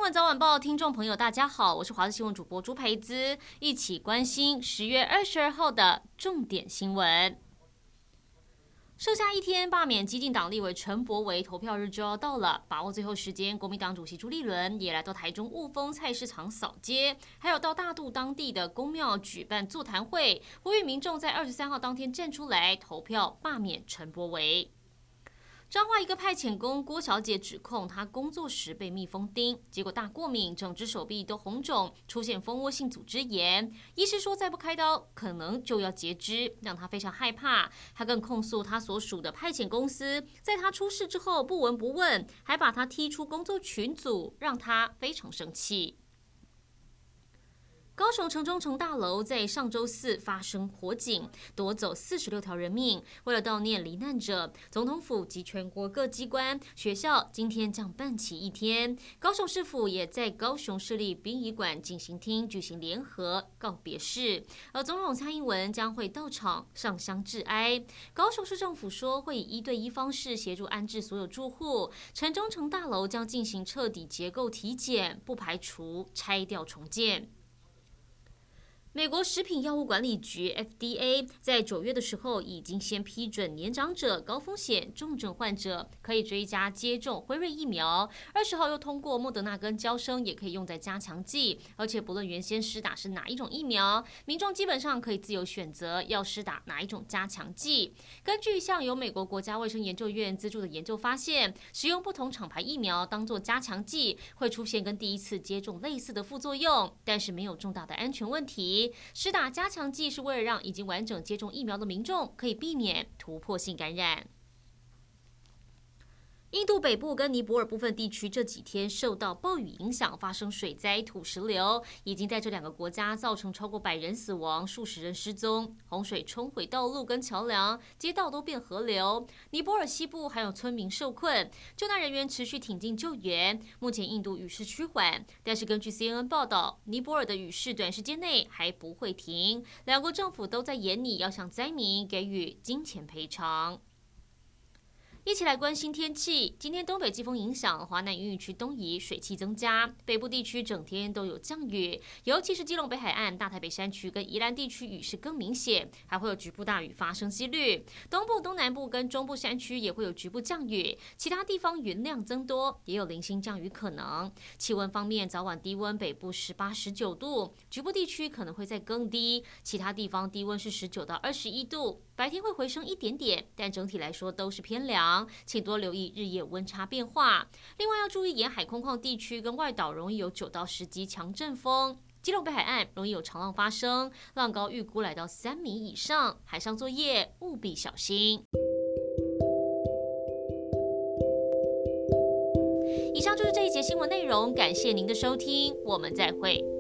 闻早晚报，听众朋友，大家好，我是华视新闻主播朱培姿，一起关心10月22号的重点新闻。剩下一天，罢免基进党立委陈柏惟投票日就要到了，把握最后时间，国民党主席朱立伦也来到台中雾峰菜市场扫街，还有到大肚当地的公庙举办座谈会，呼吁民众在23号当天站出来投票罢免陈柏惟。彰化一个派遣工郭小姐指控她工作时被蜜蜂叮，结果大过敏，整只手臂都红肿，出现蜂窝性组织炎。医师说再不开刀，可能就要截肢，让她非常害怕。她更控诉她所属的派遣公司，在她出事之后不闻不问，还把她踢出工作群组，让她非常生气。高雄城中城大楼在上周四发生火警，夺走46条人命。为了悼念罹难者，总统府及全国各机关、学校今天将办起一天。高雄市府也在高雄市立殡仪馆进行厅举行联合告别式，而总统蔡英文将会到场上香致哀。高雄市政府说会以1对1方式协助安置所有住户。城中城大楼将进行彻底结构体检，不排除拆掉重建。美国食品药物管理局 FDA 在9月的时候已经先批准年长者、高风险重症患者可以追加接种辉瑞疫苗。20号又通过莫德纳跟嬌生也可以用在加强剂，而且不论原先施打是哪一种疫苗，民众基本上可以自由选择要施打哪一种加强剂。根据像由美国国家卫生研究院资助的研究发现，使用不同厂牌疫苗当作加强剂会出现跟第一次接种类似的副作用，但是没有重大的安全问题。施打加强剂是为了让已经完整接种疫苗的民众可以避免突破性感染。印度北部跟尼泊尔部分地区这几天受到暴雨影响，发生水灾、土石流，已经在这2个国家造成超过100人死亡，数十人失踪。洪水冲毁道路跟桥梁，街道都变河流。尼泊尔西部还有村民受困，救难人员持续挺进救援。目前印度雨势趋缓，但是根据 CNN 报道，尼泊尔的雨势短时间内还不会停。2国政府都在研拟要向灾民给予金钱赔偿。一起来关心天气。今天东北季风影响，华南云雨区东移，水汽增加，北部地区整天都有降雨，尤其是基隆北海岸、大台北山区跟宜兰地区雨势更明显，还会有局部大雨发生几率。东部、东南部跟中部山区也会有局部降雨，其他地方云量增多，也有零星降雨可能。气温方面，早晚低温北部18、19度，局部地区可能会再更低，其他地方低温是19到21度，白天会回升一点点，但整体来说都是偏凉。请多留意日夜温差变化。另外要注意沿海空旷地区跟外岛容易有9到10级强阵风。基隆北海岸容易有长浪发生，浪高预估来到3米以上，海上作业务必小心。以上就是这一节新闻内容，感谢您的收听，我们再会。